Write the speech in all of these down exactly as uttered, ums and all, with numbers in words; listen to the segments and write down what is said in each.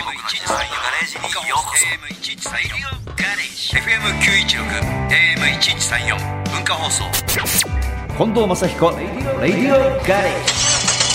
いちいちさんよん ガレージにようこそ。 エーエムいちいちさんよん ガレージ エフエムきゅういちろく エーエムいちいちさんよん 文化放送。 近藤正彦レディオガレージ。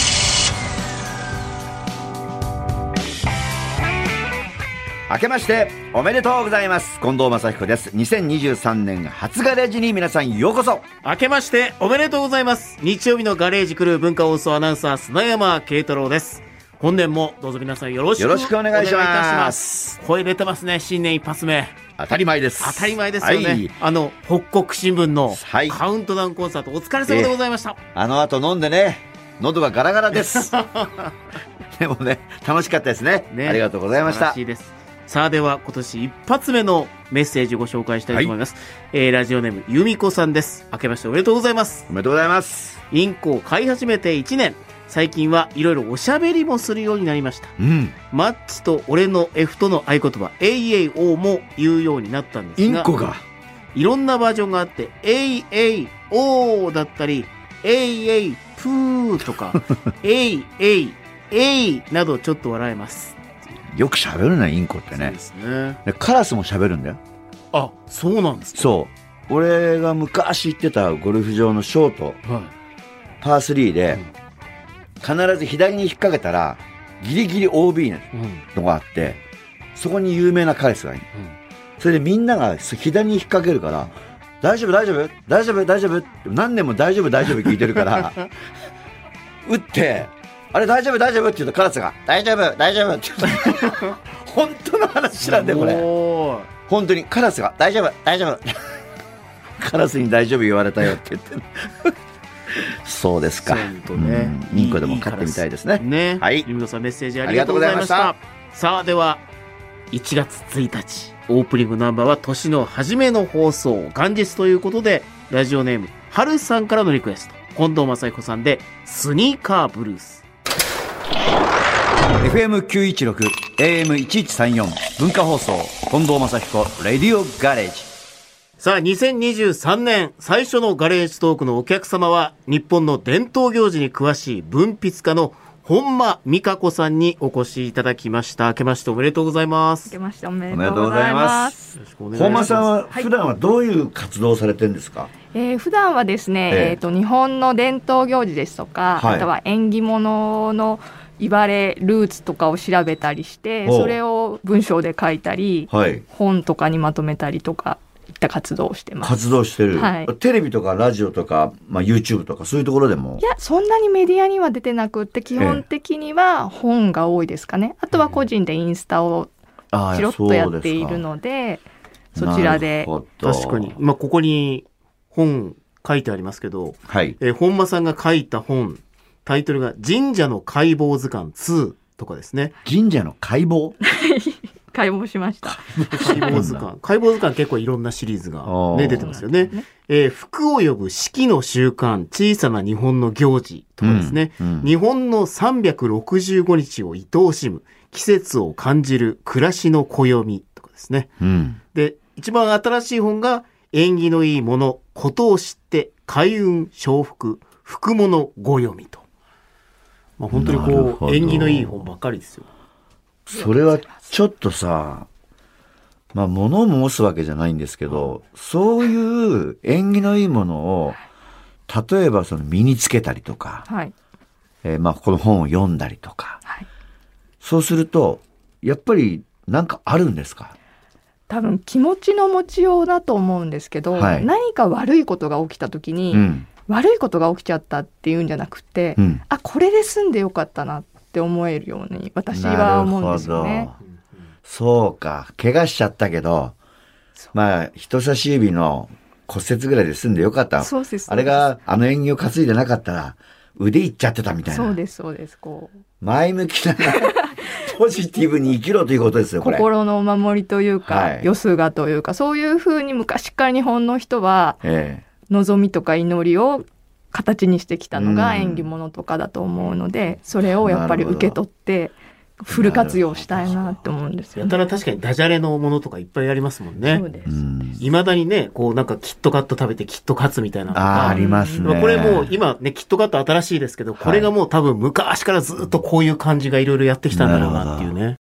明けましておめでとうございます。近藤正彦です。にせんにじゅうさんねん初ガレージに皆さんようこそ。 明けましておめでとうございます。日曜日のガレージクルー文化放送アナウンサー砂山慶太郎です。本年もどうぞ皆さんよろしくよろしくお願いします。 お願いいたします。声出てますね。新年一発目当たり前です。 当たり前ですよね、はい、あの北国新聞のカウントダウンコンサート、はい、お疲れ様でございました、えー、 あの後飲んでね喉がガラガラですでもね楽しかったです ね, ねありがとうございました。 楽しいです。さあでは今年一発目のメッセージをご紹介したいと思います、はい。えー、ラジオネーム由美子さんです。明けましておめでとうございます。 おめでとうございます。 インコを飼い始めていちねん、最近はいろいろおしゃべりもするようになりました、うん、マッチと俺の F との合言葉エイエイオーも言うようになったんですが、 インコがいろんなバージョンがあってエイエイオーだったりエイエイプーとかエイエイエイなどちょっと笑えます。 よく喋るねインコってね。そうですね。でカラスも喋るんだよ。 あ、そうなんですか。 そう俺が昔行ってたゴルフ場のショート、はい、パースリーで、うん、必ず左に引っ掛けたらギリギリ オービー のがあって、うん、そこに有名なカラスがいる、うん、それでみんなが左に引っ掛けるから大丈夫大丈夫大丈夫大丈夫って何年も大丈夫大丈夫聞いてるから打ってあれ大丈夫大丈夫って言うとカラスが大丈夫大丈夫って言う本当の話なんだよこれ。本当にカラスが大丈夫大丈夫カラスに大丈夫言われたよって言ってるそうですか。そうね、うん、インコでも飼ってみたいですね。 いいね。はい。由美子さんメッセージありがとうございました。さあではいちがつついたちオープニングナンバーは年の初めの放送元日ということでラジオネームはるさんからのリクエスト、近藤正彦さんでスニーカーブルース。 エフエムきゅういちろく エーエムいちいちさんよん 文化放送近藤正彦レディオガレージ。 さあにせんにじゅうさんねん最初のガレージトークのお客様は日本の伝統行事に詳しい文筆家の本間美香子さんにお越しいただきました。明けましておめでとうございます。 明けましておめでとうございます。 本間さんは普段はどういう活動をされてるんですか。 えー、普段はですね、えーえー、と日本の伝統行事ですとか、はい、あとは縁起物の言われルーツとかを調べたりしてそれを文章で書いたり、はい、本とかにまとめたりとかいった活動をしてます。 活動してる、はい、テレビとかラジオとか、まあ、YouTube とかそういうところでも。 いやそんなにメディアには出てなくって基本的には本が多いですかね。あとは個人でインスタをチロッとやっているので、そちらで。 確かに、まあ、ここに本書いてありますけど、はい、えー、本間さんが書いた本タイトルが神社の解剖図鑑ツーとかですね。 神社の解剖解剖しました。 解剖図鑑解剖図鑑結構いろんなシリーズが、ね、出てますよね。えー、福を呼ぶ四季の習慣小さな日本の行事とかですね、うんうん、日本のさんびゃくろくじゅうごにちを愛おしむ季節を感じる暮らしの暦とかですね、うん、で一番新しい本が縁起のいいものことを知って開運承福福物ご読みと、まあ、本当にこう縁起のいい本ばっかりですよ。 それはちょっとさ、まあ物を申すわけじゃないんですけど、そういう縁起のいいものを例えばその身につけたりとか、はい、えー、まあこの本を読んだりとか、はい、そうするとやっぱりなんかあるんですか。 多分気持ちの持ちようだと思うんですけど、はい、何か悪いことが起きた時に、うん、悪いことが起きちゃったっていうんじゃなくて、うん、あこれで済んでよかったなって思えるように私は思うんですよね。 そうか、怪我しちゃったけどまあ人差し指の骨折ぐらいで済んでよかった。そうですそうです。あれがあの縁起を担いでなかったら腕いっちゃってたみたいな。 そうですそうです。こう前向きなポジティブに生きろということですよこれ。 心のお守りというか、はい、よすがというかそういうふうに昔から日本の人は、ええ、望みとか祈りを形にしてきたのが縁起物とかだと思うので、それをやっぱり受け取ってフル活用したいなって思うんですよ、ね、 やたら確かにダジャレのものとかいっぱいありますもんね。そうです。いまだにねこうなんかキットカット食べてキットカツみたいなのとかあ, ありますね。 これもう今ねキットカット新しいですけど、これがもう多分昔からずっとこういう感じがいろいろやってきたんだろうなっていうね。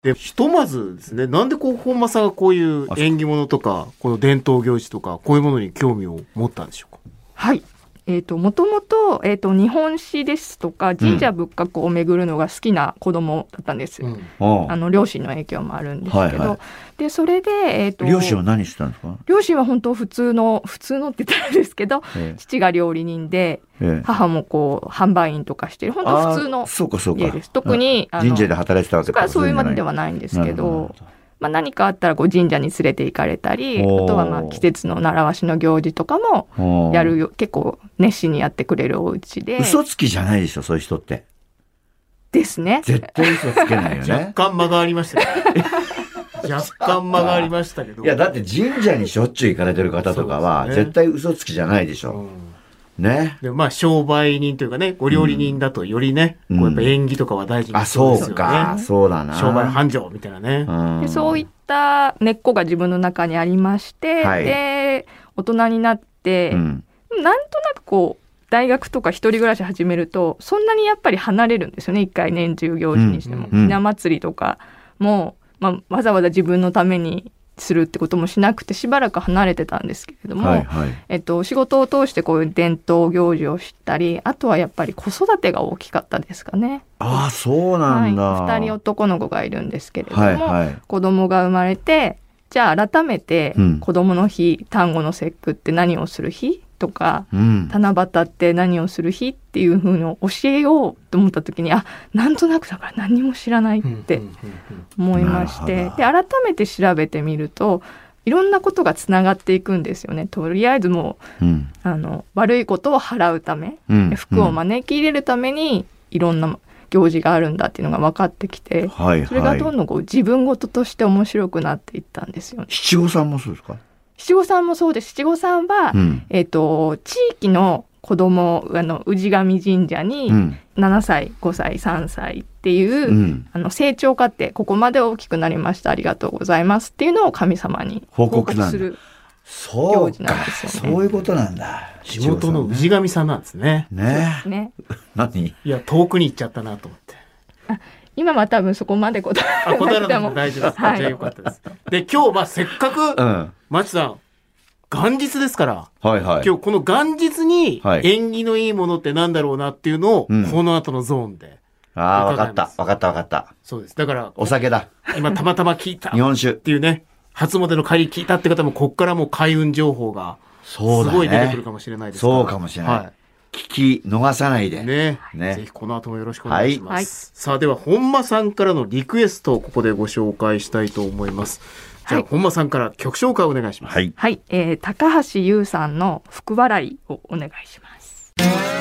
で、ひとまずですね、なんでこう、本間さんがこういう縁起物とか、この伝統行事とか、こういうものに興味を持ったんでしょうか？ はい。えっと、もともと、えっと、日本史ですとか、神社仏閣を巡るのが好きな子供だったんですよ。うん、あの、両親の影響もあるんですけど。はいはい、で、それで、えっと、 両親は何してたんですか？ 両親は本当普通の、普通のって言ったらあれですけど、ええ、父が料理人で、ええ、母もこう、販売員とかしてる、本当普通の家です。特に、 あの神社で働いてたわけですか？ そういうまでではないんですけど、まあ、何かあったらこう神社に連れて行かれたり、あとはまあ季節の習わしの行事とかもやるよ、結構熱心にやってくれるお家で。 嘘つきじゃないでしょ、そういう人って。 ですね。 絶対嘘つけないよね。 若干間がありましたね。若干間がありましたけど。 いや、だって神社にしょっちゅう行かれてる方とかは、ね、絶対嘘つきじゃないでしょ。うんね。 でまあ、商売人というかね、ご料理人だとよりね、うん、こうやっぱ縁起とかは大事にしてますよね。あ、そうか。 そうだな。 商売繁盛みたいなね、 うん、で。そういった根っこが自分の中にありまして、はい、で、大人になって、うん、なんとなくこう、大学とか一人暮らし始めると、そんなにやっぱり離れるんですよね、一回年中行事にしても。ひな、うん、祭りとかも、まあ、わざわざ自分のために、するってこともしなくてしばらく離れてたんですけれども、はいはい、えっと、仕事を通してこういう伝統行事を知ったり、あとはやっぱり子育てが大きかったですかね。 ああ、そうなんだ。 はい、ふたり男の子がいるんですけれども、はいはい、子供が生まれて、じゃあ改めて子供の日、うん、端午の節句って何をする日とか、うん、七夕って何をする日っていう風に教えようと思った時に、あ、なんとなくだから何も知らないって思いまして、で改めて調べてみるといろんなことがつながっていくんですよね。とりあえずもう、うん、あの悪いことを払うため、うん、福を招き入れるためにいろんな行事があるんだっていうのが分かってきて、はいはい、それがどんどんこう自分事として面白くなっていったんですよね。 七五三もそうですか？ 七五三もそうです。七五三は、うん、えっと、地域の子供、あの、氏神神社に、ななさい、ごさい、さんさいっていう、うん、あの、成長過程、ここまで大きくなりました、ありがとうございますっていうのを神様に報告する行事なんですよね。 そうか、そういうことなんだ。 地元の氏神さんなんですね。 ねえ。 ね。 何？ いや、遠くに行っちゃったなと思って。 あ、今は多分そこまで答えあ、答えなくても大丈夫です。はい、じゃあよかったです。で、今日、まあ、せっかく、うん、町さん、元日ですから、はいはい、今日この元日に縁起のいいものってなんだろうなっていうのを、この後のゾーンで、 うん。ああ、わかった。わかったわかった。 そうです。だから、 お酒だ。 今たまたま聞いた。 日本酒。 っていうね、初詣の帰り聞いたって方も、こっからもう開運情報が、すごい出てくるかもしれないですから。 そうかもしれない。はい。聞き逃さないで。 ね。ね。ぜひこの後もよろしくお願いします。はい、さあ、では、本間さんからのリクエストをここでご紹介したいと思います。じゃあ、本間さんから曲紹介をお願いします。 はい。はい、えー、高橋優さんの福笑いをお願いします。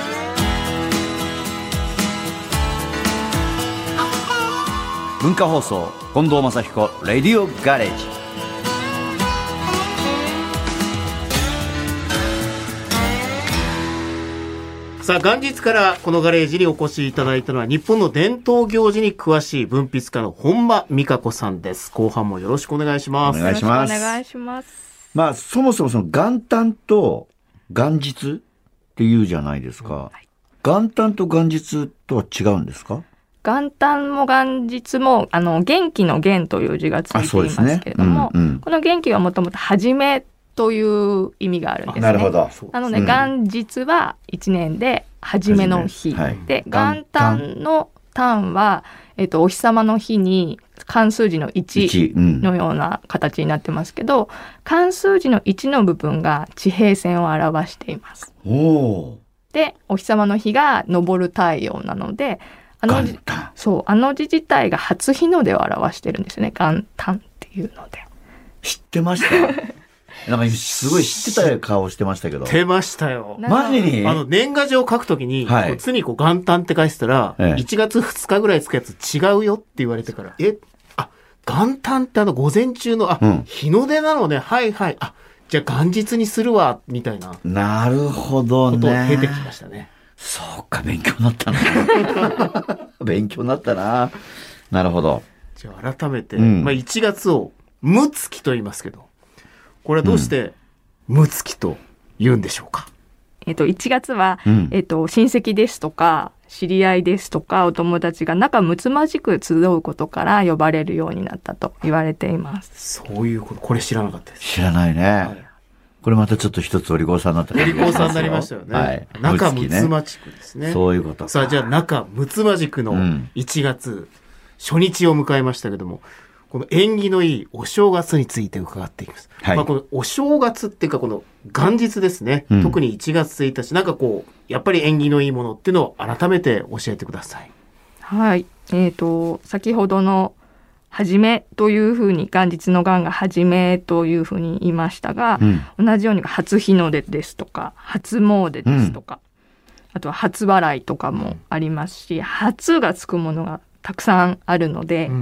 文化放送、近藤正彦、レディオガレージ。 さあ、元日からこのガレージにお越しいただいたのは、日本の伝統行事に詳しい文筆家の本間美香子さんです。後半もよろしくお願いします。 お願いします。 お願いします。 まあ、そもそもその元旦と元日っていうじゃないですか。はい、元旦と元日とは違うんですか？ 元旦も元日も、あの、元気の元という字がついていますけれども、ねうんうん、この元気はもともと始めという意味があるんですね。 なるほど。 なので、うん、元日はいちねんで初めの日。はい、で、元旦の旦は、えっと、お日様の日に漢数字のいちのような形になってますけど、うん、漢数字のいちの部分が地平線を表しています。 おで、お日様の日が昇る太陽なので、あの字、そう、あの字自体が初日の出を表してるんですよね。元旦っていうので。 知ってましたなんかすごい知ってた顔してましたけど。 知ってましたよ。 マジに？ あの、年賀状を書くときに、はい、常にこう元旦って書いてたら、ええ、いちがつふつかぐらいつくやつ違うよって言われてから、え、あ、元旦ってあの午前中の、あ、うん、日の出なのね、はいはい、あ、じゃあ元日にするわ、みたいな。 なるほどね。 ことを経てきましたね。 そうか、勉強になったな。勉強になったな。なるほど。 じゃあ改めて、うん、まあいちがつを六月と言いますけど、これはどうして六月と言うんでしょうか？ うん、えっと、いちがつは、うん、えっと、親戚ですとか、 知り合いですとかお友達が仲睦まじく集うことから呼ばれるようになったと言われています。 そういうこと、これ知らなかったです。 知らないね。はい、これまたちょっと一つお利口さんになった。 お利口さんになりましたよね。はい。仲睦まじくですね。 そういうこと。 さあ、じゃあ仲睦まじくのいちがつ、うん、初日を迎えましたけども、この縁起のいいお正月について伺っていきます。はい、まあ、このお正月っていうかこの元日ですね、うん、特にいちがつついたち、なんかこうやっぱり縁起のいいものっていうのを改めて教えてください。 はい、えーと先ほどのはじめというふうに元日の元がはじめというふうに言いましたが、うん、同じように初日の出ですとか初詣ですとか、うん、あとは初払いとかもありますし、初がつくものがたくさんあるので、うん、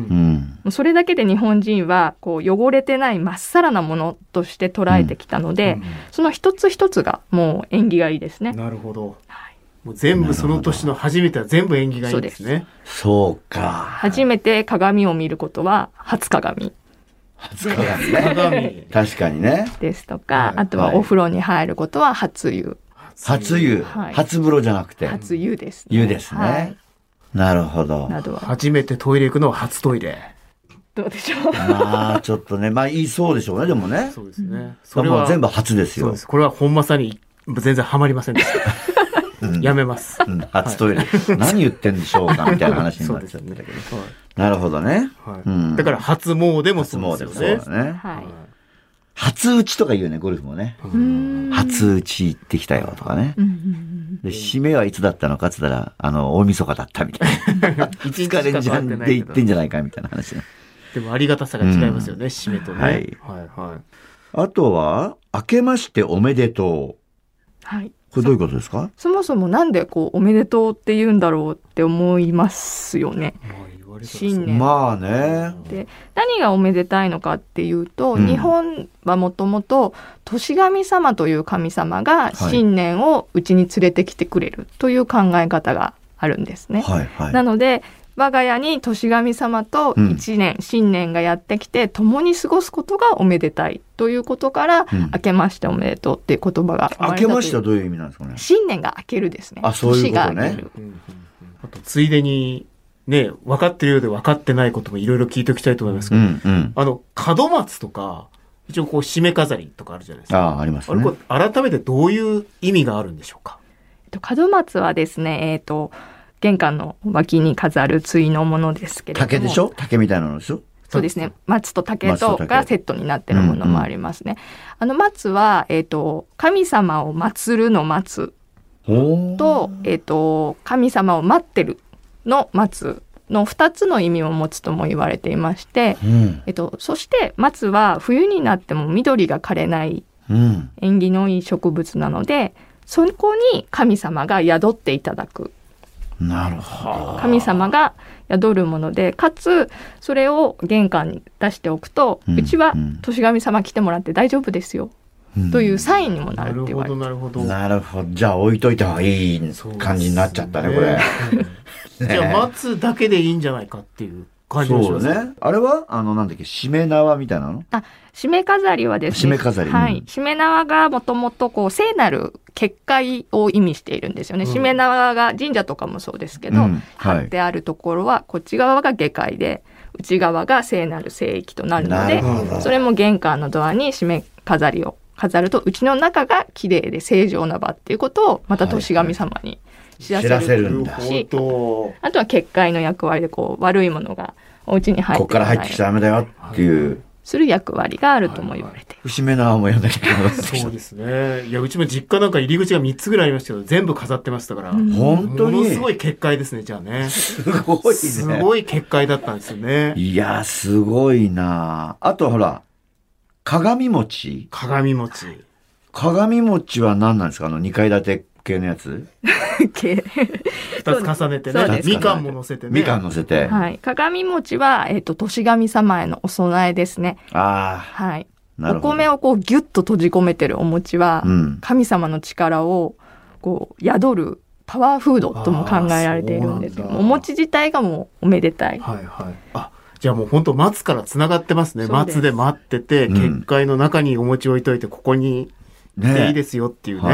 それだけで日本人はこう汚れてないまっさらなものとして捉えてきたので、うんうん、その一つ一つがもう縁起がいいですね。 なるほど、はい、もう全部その年の初めては全部縁起がいいですね。 そうか。 初めて鏡を見ることは初鏡。 初鏡ね。確かにね。 ですとか、はい、あとはお風呂に入ることは初湯。 初湯、はい、初風呂じゃなくて初湯ですね。 湯ですね。はい、なるほど。 初めてトイレ行くのは初トイレ。 どうでしょう。 まあちょっとね、まあいいそうでしょうね、でもね。 そうですね。 それは全部初ですよ。そうです。 これは本間さんに全然ハマりませんでした。うん、やめます、 うん、初トイレ、はい、何言ってんでしょうかみたいな話になっちゃったけど、ね、はい、なるほどね、 はい、うん、だから初詣もそうですよね。 そうだね、はい、初打ちとか言うね、ゴルフもね。初打ち行ってきたよとかね。で締めはいつだったのかって言ったら、あの大晦日だったみたいな。疲れんじゃんで行ってんじゃないかみたいな話ね。 でもありがたさが違いますよね、うん、締めとね。はい、はいはい。 あとは明けましておめでとう。 はい。 これどういうことですか？ そもそもなんでこうおめでとうって言うんだろうって思いますよね。新年。 まあね。 で、何がおめでたいのかっていうと、うん、日本はもともと年神様という神様が新年をうちに連れてきてくれるという考え方があるんですね。はいはい、なので我が家に年神様と一年、うん、新年がやってきて共に過ごすことがおめでたいということから、うん、明けましておめでとうっていう言葉が生まれたという。明けましてはどういう意味なんですかね。 新年が明けるですね。 あ、そういうことね。 うん、あとついでにね、分かってるようで分かってないこともいろいろ聞いておきたいと思いますけど、うんうん、あの門松とか一応こう締め飾りとかあるじゃないですか。 あ、ありますね。 あれ改めてどういう意味があるんでしょうか。 えっと、門松はですね、えっと玄関の脇に飾る対のものですけれども。 竹でしょ？竹みたいなのでしょ？ そうですね。松と竹とがセットになってるものもありますね。うんうん、あの松は、えっと、神様を祀るの松と、えっと、神様を待ってるの松の二つの意味を持つとも言われていまして、うん、えっと、そして松は冬になっても緑が枯れない縁起のいい植物なので、そこに神様が宿っていただく。 なるほど。 神様が宿るもので、かつそれを玄関に出しておくと、うん、うちは年神様来てもらって大丈夫ですよ、うん、というサインにもなるって言われて、 なるほどなるほど。じゃあ置いといた方がいい感じになっちゃったね、これ。 じゃあ待つだけでいいんじゃないかっていう感じがしますね。 そうね。あれはあのなんだっけ、しめ縄みたいなの？ あ、しめ飾りはですね。 しめ飾り。 はい。しめ縄がもともとこう聖なる結界を意味しているんですよね。うん、しめ縄が神社とかもそうですけど、うん、貼ってあるところはこっち側が下界で、内側が聖なる聖域となるので、それも玄関のドアにしめ飾りを飾ると、うちの中が綺麗で正常な場っていうことをまた年神様に知らせる、はい、知らせるんだし、あとは結界の役割でこう悪いものがお家に入ってここから入ってきちゃダメだよっていうする役割があるとも言われて、 節目縄もやんなきゃいけない。 そうですね。いや、うちも実家なんか入り口がみっつぐらいありましたけど、全部飾ってましたから、うん、 本当にものすごい結界ですね。じゃあね、 すごいね。 すごい結界だったんですよね。 いや、すごいな。あとほら、鏡餅。 鏡餅。 鏡餅は何なんですか？あのにかい建て系のやつ？ 二つ重ねてね。みかんも乗せてね。 みかん乗せて。 はい。鏡餅は、えっと、年神様へのお供えですね。 ああ。 はい。お米をこうギュッと閉じ込めてるお餅は、うん、神様の力をこう宿るパワーフードとも考えられているんですよ。お餅自体がもうおめでたい。 はいはい。あ、じゃあもう本当松からつながってますね。松で待ってて、うん、結界の中にお餅置いといて、ここにでいいですよっていうね。はい、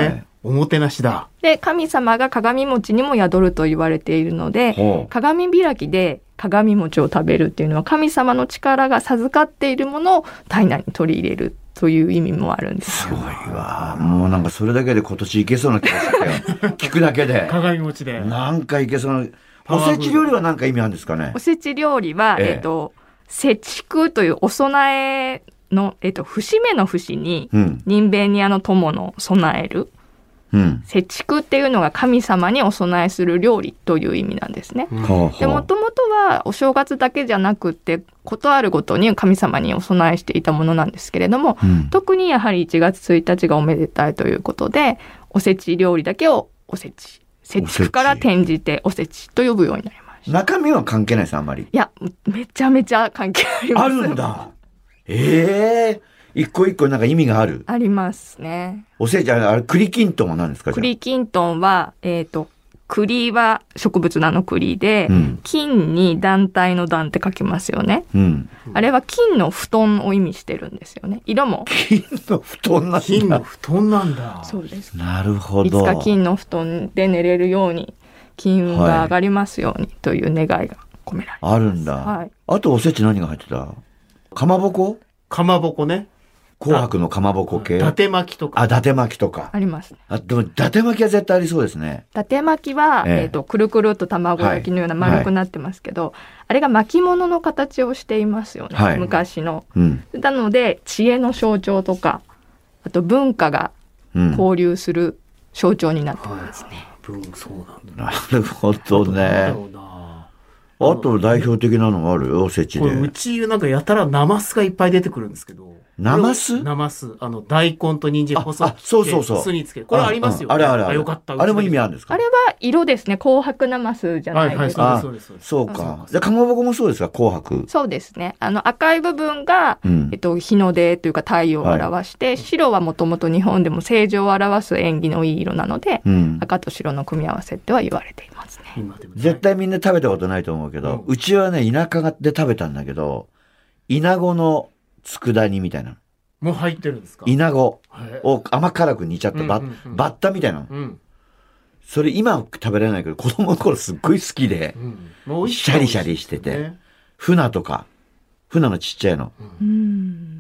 おもてなしだ。 で、神様が鏡餅にも宿ると言われているので、鏡開きで鏡餅を食べるっていうのは神様の力が授かっているものを体内に取り入れるという意味もあるんですよ。 すごいわ。もうなんかそれだけで今年いけそうな気がしたよ。聞くだけで。 鏡餅で。 なんかいけそうな。おせち料理は何か意味あるんですかね。 おせち料理は、えっ、ー、と、節句というお供えの、えっ、ー、と、節目の節に、うん、人弁にあの友の備える。うん、節句っていうのが神様にお供えする料理という意味なんですね。うん、で、もともとはお正月だけじゃなくってことあるごとに神様にお供えしていたものなんですけれども、うん、特にやはりいちがつついたちがおめでたいということでおせち料理だけをおせち節句から転じておせちと呼ぶようになりました。 中身は関係ないですあんまり。 いやめちゃめちゃ関係あります。 あるんだ。ええー一個一個なんか意味がある。 ありますね。 おせち、あれ、栗きんとんは何ですか？ 栗きんとんは、えっと、栗は植物なの栗で、うん、金に団体の団って書きますよね。うん、あれは金の布団を意味してるんですよね。色も。 金の布団なんだ。 金の布団なんだ。 そうです。 なるほど。 いつか金の布団で寝れるように、金運が上がりますようにという願いが込められます。 あるんだ。 はい。 あとおせち何が入ってた？かまぼこ？ かまぼこね。 紅白のかまぼこ系。 伊達巻きとか。 あ、伊達巻きとか。 あります。 あ、でも伊達巻きは絶対ありそうですね。 伊達巻きは、えっ、ー、と、くるくるっと卵焼きのような丸くなってますけど、はいはい、あれが巻物の形をしていますよね。はい、昔の、うん。なので、知恵の象徴とか、あと文化が交流する象徴になってますね。 うんはい、そうなんだ。なるほどね。あと代表的なのがあるよ、おせちで。 うちなんかやたらナマスがいっぱい出てくるんですけど。 ナマス？ ナマス。あの、大根と人参細くて、 そうそうそう。 酢につける。これありますよね。 あれあれあれ。 よかった。 あれも意味あるんですか？ あれは色ですね。紅白ナマスじゃないですか。 はいはい、そうです、そうです。 そうか。じゃあ、かまぼこもそうですか、紅白。 そうですね。あの、赤い部分が、うん、えっと、日の出というか太陽を表して、はい、白はもともと日本でも正常を表す縁起のいい色なので、うん、赤と白の組み合わせっては言われていますね。 絶対みんな食べたことないと思うけど、うん、うちはね、田舎で食べたんだけど、イナゴの佃煮みたいな。 もう入ってるんですか？ イナゴを甘辛く煮ちゃったバッ、うんうんうん、バッタみたいな、うん、それ今は食べられないけど子供の頃すっごい好きで、うん、シャリシャリしてて、ね、船とか船のちっちゃいの、うん、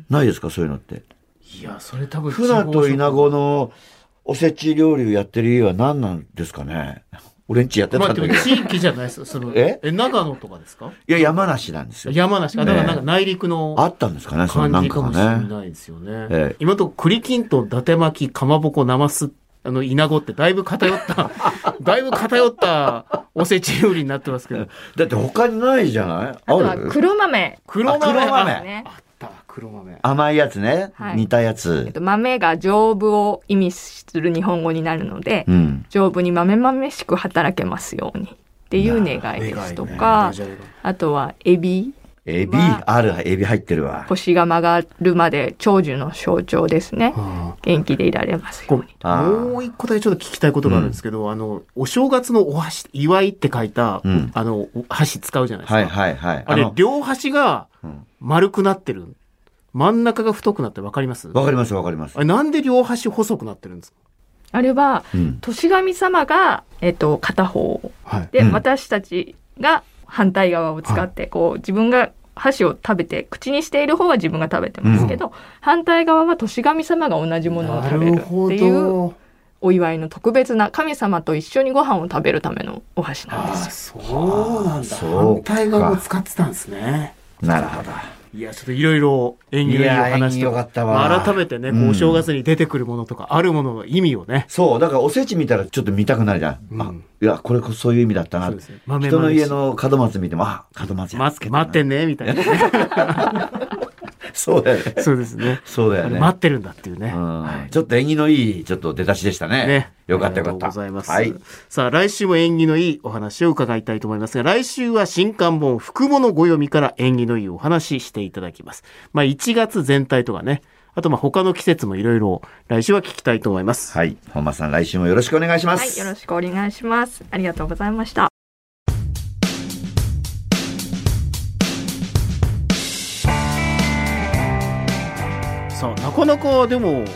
ないですかそういうのって。 いやそれ多分船とイナゴのおせち料理をやってる家は何なんですかね。俺んちやってたんだけど。 まあ、地域じゃないですよ。そのええ長野とかですか？ いや山梨なんですよ。 山梨か。だからなんか内陸のあったんですかね。そのなんかね。 感じかもしれないですよね。ええ、今のとこ栗きんとん、伊達巻き、かまぼこ、なますあの稲子ってだいぶ偏っただいぶ偏ったおせち料理になってますけど。 だって他にないじゃない？あとは黒豆。 黒豆。 黒豆ね。 黒豆甘いやつね、はい、煮たやつ、 えっと、豆が丈夫を意味する日本語になるので、うん、丈夫に豆々しく働けますようにっていう願いですとか、ね、あとはエビエビあるエビ入ってるわ。 腰が曲がるまで長寿の象徴ですね、はあ、元気でいられますように。 もう一個だけちょっと聞きたいことがあるんですけど、うん、あのお正月のお箸祝いって書いた、うん、あの箸使うじゃないですか、 はいはいはい、 あれ両端が丸くなってる、うん真ん中が太くなってわかります？ わかりますわかります。 あれなんで両端細くなってるんですか？ あれは、うん、年神様が、えっと、片方、はい、で、うん、私たちが反対側を使って、はい、こう自分が箸を食べて口にしている方は自分が食べてますけど、うん、反対側は年神様が同じものを食べるっていうお祝いの特別な神様と一緒にご飯を食べるためのお箸なんですよ。 そうなんだ。反対側を使ってたんですね。 なるほど。 いや、ちょっといろいろ縁起のいいお話とか、まあ、改めてね、こうお正月に出てくるものとか、うん、あるものの意味をね。 そう、だからおせち見たらちょっと見たくなるじゃん。うん、あ、いや、これこそそういう意味だったな。そうですね、豆人の家の門松見ても、あ、門松やっつけたな。 待ってね、みたいな、ね。 そうだよね。 そうですね。 そうだよね。 待ってるんだっていうね。 はい、ちょっと縁起のいい、ちょっと出だしでしたね。ね。よかったよかった。 ありがとうございます。はい。さあ、来週も縁起のいいお話を伺いたいと思いますが、来週は新刊本、福物ご読みから縁起のいいお話していただきます。まあ、いちがつ全体とかね、あとまあ他の季節もいろいろ来週は聞きたいと思います。 はい。本間さん、来週もよろしくお願いします。 はい。よろしくお願いします。ありがとうございました。 さあ、なかなかでも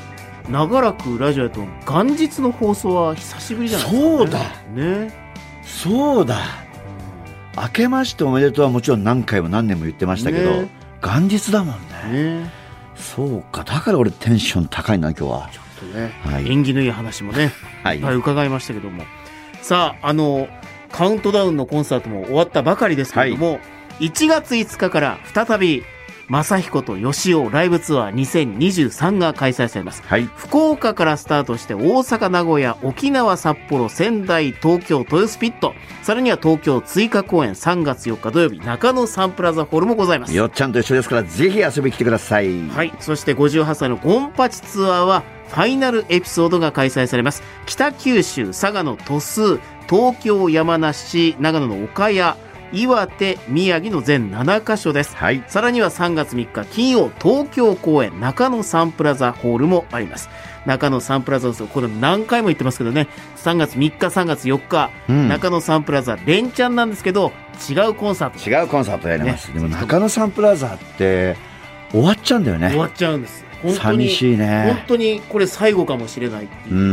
長らくラジオやと元日の放送は久しぶりじゃないですか、ね、 そうだねそうだ、明けましておめでとうはもちろん何回も何年も言ってましたけど、ね、元日だもん ね, ねそうか、だから俺テンション高いな今日は。 ちょっとね、はい、縁起のいい話もね、はい、いっぱい伺いましたけども、さあ、あのカウントダウンのコンサートも終わったばかりですけれども、はい、いちがついつかから再び正彦と吉尾ライブツアーにせんにじゅうさんが開催されます、はい、福岡からスタートして大阪、名古屋、沖縄、札幌、仙台、東京、豊洲ピット、さらには東京追加公演さんがつよっか土曜日中野サンプラザホールもございます。 よっちゃんと一緒ですからぜひ遊びに来てください。 はい、そしてごじゅうはっさいのゴンパチツアーはファイナルエピソードが開催されます。北九州、佐賀の鳥栖、東京、山梨、長野の岡谷、岩手、宮城の全ななかしょです、はい、さらにはさんがつみっか金曜東京公演中野サンプラザホールもあります。中野サンプラザ、これ何回も言ってますけどね、さんがつみっかさんがつよっか、うん、中野サンプラザ連チャンなんですけど違うコンサート違うコンサートやります、ね、でも中野サンプラザって終わっちゃうんだよね。 終わっちゃうんです。本当に寂しいね。 本当にこれ最後かもしれないっていう。 うん、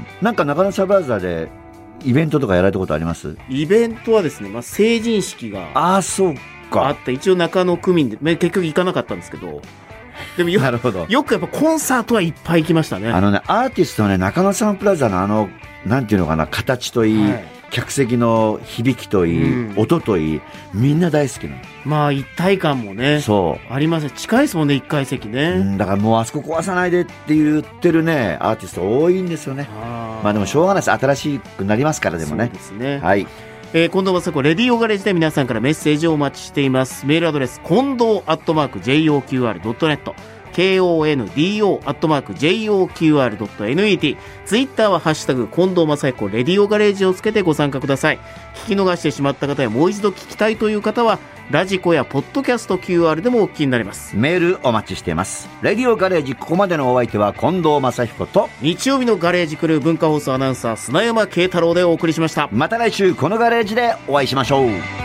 なんか中野サンプラザでイベントとかやられたことあります？ イベントはですね、まあ、成人式がああそうかあった。一応中野区民で、まあ、結局行かなかったんですけど、でもよなるほどよくやっぱコンサートはいっぱい行きましたね。 あのね、アーティストのね、中野サンプラザのあのなんていうのかな、形といい、はい、客席の響きといい、うん、音といい、みんな大好きなの。 まあ一体感もね、そうあります。近いですもんね、一階席ね、 うん、だからもうあそこ壊さないでって言ってるねアーティスト多いんですよね。あまあでもしょうがないです、新しくなりますから。でもね、そうですね、はい。 えー、近藤正子レディオガレージで皆さんからメッセージをお待ちしています。メールアドレス近藤アットマーク ジェイオーキューアールドットネット、 ケーオーエヌディーオー アットマーク ジェイオーキューアールドットネット、 ツイッターはハッシュタグ近藤正彦レディオガレージをつけてご参加ください。聞き逃してしまった方やもう一度聞きたいという方はラジコやポッドキャスト キューアール でもお聞きになります。 メールお待ちしています。レディオガレージ、ここまでのお相手は近藤正彦と日曜日のガレージクルー文化放送アナウンサー砂山慶太郎でお送りしました。 また来週このガレージでお会いしましょう。